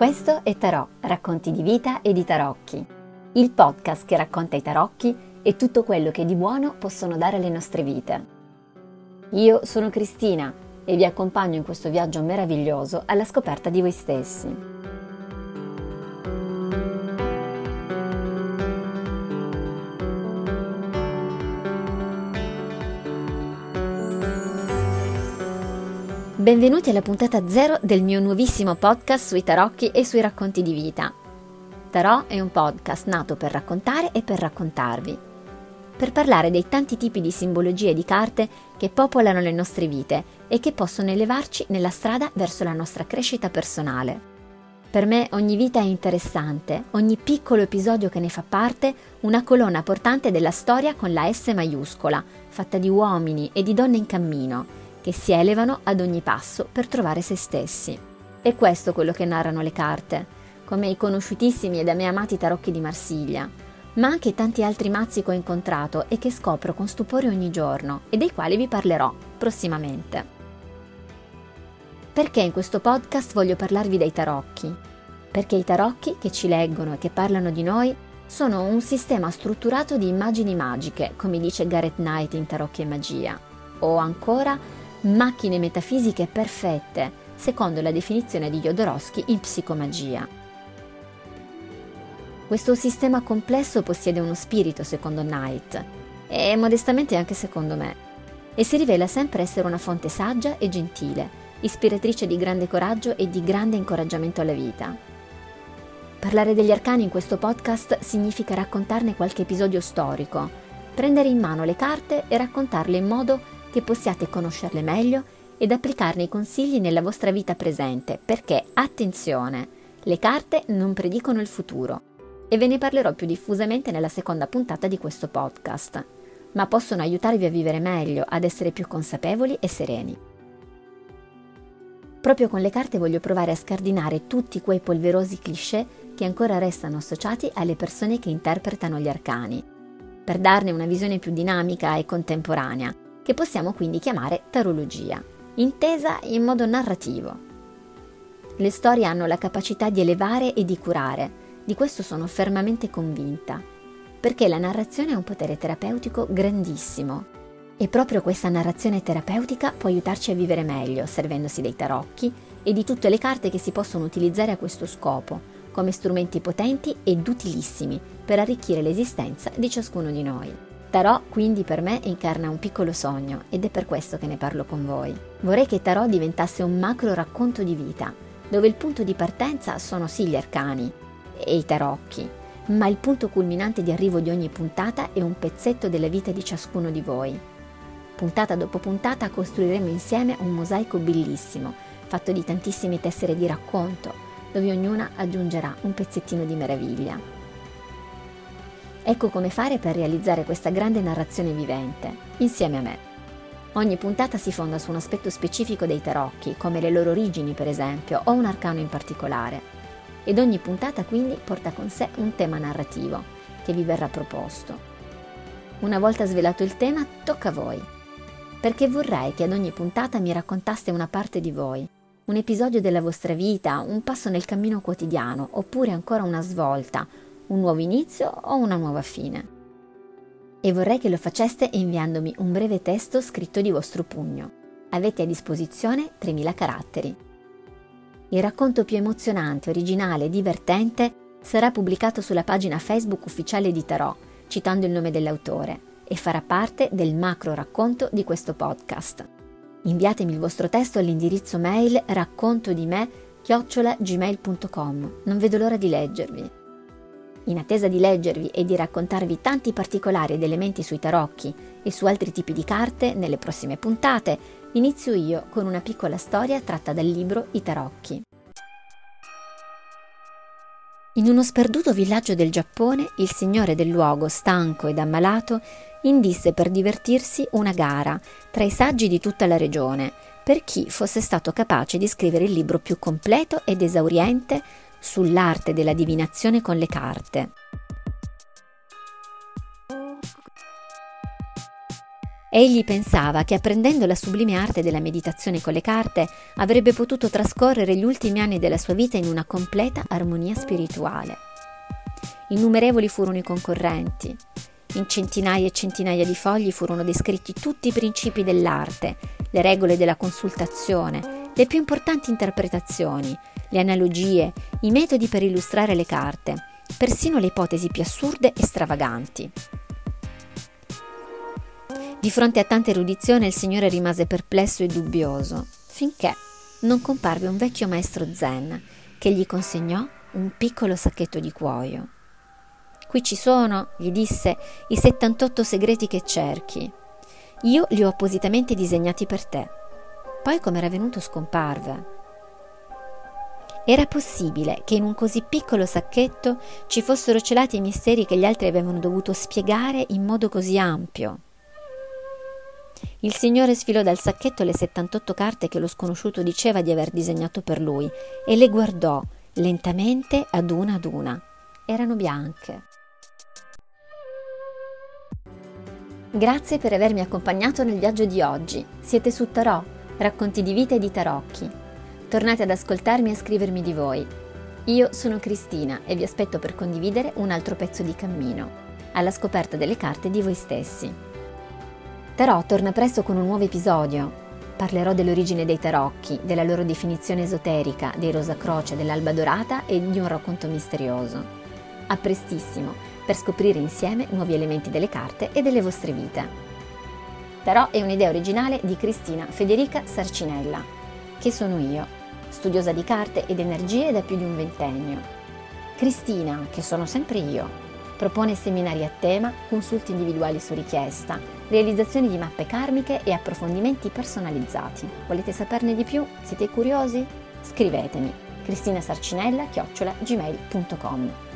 Questo è Tarò, racconti di vita e di tarocchi, il podcast che racconta i tarocchi e tutto quello che di buono possono dare alle nostre vite. Io sono Cristina e vi accompagno in questo viaggio meraviglioso alla scoperta di voi stessi. Benvenuti alla puntata 0 del mio nuovissimo podcast sui tarocchi e sui racconti di vita. Tarò è un podcast nato per raccontare e per raccontarvi, per parlare dei tanti tipi di simbologie di carte che popolano le nostre vite e che possono elevarci nella strada verso la nostra crescita personale. Per me ogni vita è interessante, ogni piccolo episodio che ne fa parte una colonna portante della storia con la S maiuscola, fatta di uomini e di donne in cammino, che si elevano ad ogni passo per trovare se stessi. È questo quello che narrano le carte, come i conosciutissimi e da me amati tarocchi di Marsiglia, ma anche tanti altri mazzi che ho incontrato e che scopro con stupore ogni giorno e dei quali vi parlerò prossimamente. Perché in questo podcast voglio parlarvi dei tarocchi? Perché i tarocchi che ci leggono e che parlano di noi sono un sistema strutturato di immagini magiche, come dice Gareth Knight in Tarocchi e Magia, o ancora macchine metafisiche perfette, secondo la definizione di Jodorowsky in Psicomagia. Questo sistema complesso possiede uno spirito, secondo Knight, e modestamente anche secondo me, e si rivela sempre essere una fonte saggia e gentile, ispiratrice di grande coraggio e di grande incoraggiamento alla vita. Parlare degli arcani in questo podcast significa raccontarne qualche episodio storico, prendere in mano le carte e raccontarle in modo che possiate conoscerle meglio ed applicarne i consigli nella vostra vita presente, perché, attenzione, le carte non predicono il futuro e ve ne parlerò più diffusamente nella seconda puntata di questo podcast, ma possono aiutarvi a vivere meglio, ad essere più consapevoli e sereni. Proprio con le carte voglio provare a scardinare tutti quei polverosi cliché che ancora restano associati alle persone che interpretano gli arcani, per darne una visione più dinamica e contemporanea, che possiamo quindi chiamare tarologia, intesa in modo narrativo. Le storie hanno la capacità di elevare e di curare, di questo sono fermamente convinta, perché la narrazione ha un potere terapeutico grandissimo e proprio questa narrazione terapeutica può aiutarci a vivere meglio, servendosi dei tarocchi e di tutte le carte che si possono utilizzare a questo scopo, come strumenti potenti ed utilissimi per arricchire l'esistenza di ciascuno di noi. Tarò quindi per me incarna un piccolo sogno ed è per questo che ne parlo con voi. Vorrei che Tarò diventasse un macro racconto di vita, dove il punto di partenza sono sì gli arcani e i tarocchi, ma il punto culminante di arrivo di ogni puntata è un pezzetto della vita di ciascuno di voi. Puntata dopo puntata costruiremo insieme un mosaico bellissimo, fatto di tantissime tessere di racconto, dove ognuna aggiungerà un pezzettino di meraviglia. Ecco come fare per realizzare questa grande narrazione vivente, insieme a me. Ogni puntata si fonda su un aspetto specifico dei tarocchi, come le loro origini per esempio, o un arcano in particolare. Ed ogni puntata quindi porta con sé un tema narrativo, che vi verrà proposto. Una volta svelato il tema, tocca a voi. Perché vorrei che ad ogni puntata mi raccontaste una parte di voi, un episodio della vostra vita, un passo nel cammino quotidiano, oppure ancora una svolta, un nuovo inizio o una nuova fine. E vorrei che lo faceste inviandomi un breve testo scritto di vostro pugno. Avete a disposizione 3000 caratteri. Il racconto più emozionante, originale e divertente sarà pubblicato sulla pagina Facebook ufficiale di Tarò, citando il nome dell'autore, e farà parte del macro racconto di questo podcast. Inviatemi il vostro testo all'indirizzo mail raccontodime@gmail.com. Non vedo l'ora di leggervi. In attesa di leggervi e di raccontarvi tanti particolari ed elementi sui tarocchi e su altri tipi di carte nelle prossime puntate, inizio io con una piccola storia tratta dal libro I tarocchi. In uno sperduto villaggio del Giappone, il signore del luogo, stanco ed ammalato, indisse per divertirsi una gara tra i saggi di tutta la regione per chi fosse stato capace di scrivere il libro più completo ed esauriente sull'arte della divinazione con le carte. Egli pensava che apprendendo la sublime arte della meditazione con le carte avrebbe potuto trascorrere gli ultimi anni della sua vita in una completa armonia spirituale. Innumerevoli furono i concorrenti. In centinaia e centinaia di fogli furono descritti tutti i principi dell'arte, le regole della consultazione, le più importanti interpretazioni, le analogie, i metodi per illustrare le carte, persino le ipotesi più assurde e stravaganti. Di fronte a tanta erudizione il Signore rimase perplesso e dubbioso, finché non comparve un vecchio maestro zen che gli consegnò un piccolo sacchetto di cuoio. «Qui ci sono», gli disse, «i 78 segreti che cerchi. Io li ho appositamente disegnati per te». Poi, come era venuto, scomparve. Era possibile che in un così piccolo sacchetto ci fossero celati i misteri che gli altri avevano dovuto spiegare in modo così ampio. Il Signore sfilò dal sacchetto le 78 carte che lo sconosciuto diceva di aver disegnato per lui e le guardò lentamente ad una. Erano bianche. Grazie per avermi accompagnato nel viaggio di oggi. Siete su Tarò, racconti di vita e di tarocchi. Tornate ad ascoltarmi e a scrivermi di voi. Io sono Cristina e vi aspetto per condividere un altro pezzo di cammino, alla scoperta delle carte di voi stessi. Tarò torna presto con un nuovo episodio. Parlerò dell'origine dei tarocchi, della loro definizione esoterica, dei Rosacroce, dell'Alba Dorata e di un racconto misterioso. A prestissimo, per scoprire insieme nuovi elementi delle carte e delle vostre vite. Tarò è un'idea originale di Cristina Federica Sarcinella, che sono io, studiosa di carte ed energie da più di un ventennio. Cristina, che sono sempre io, propone seminari a tema, consulti individuali su richiesta, realizzazioni di mappe karmiche e approfondimenti personalizzati. Volete saperne di più? Siete curiosi? Scrivetemi cristinasarcinella@gmail.com.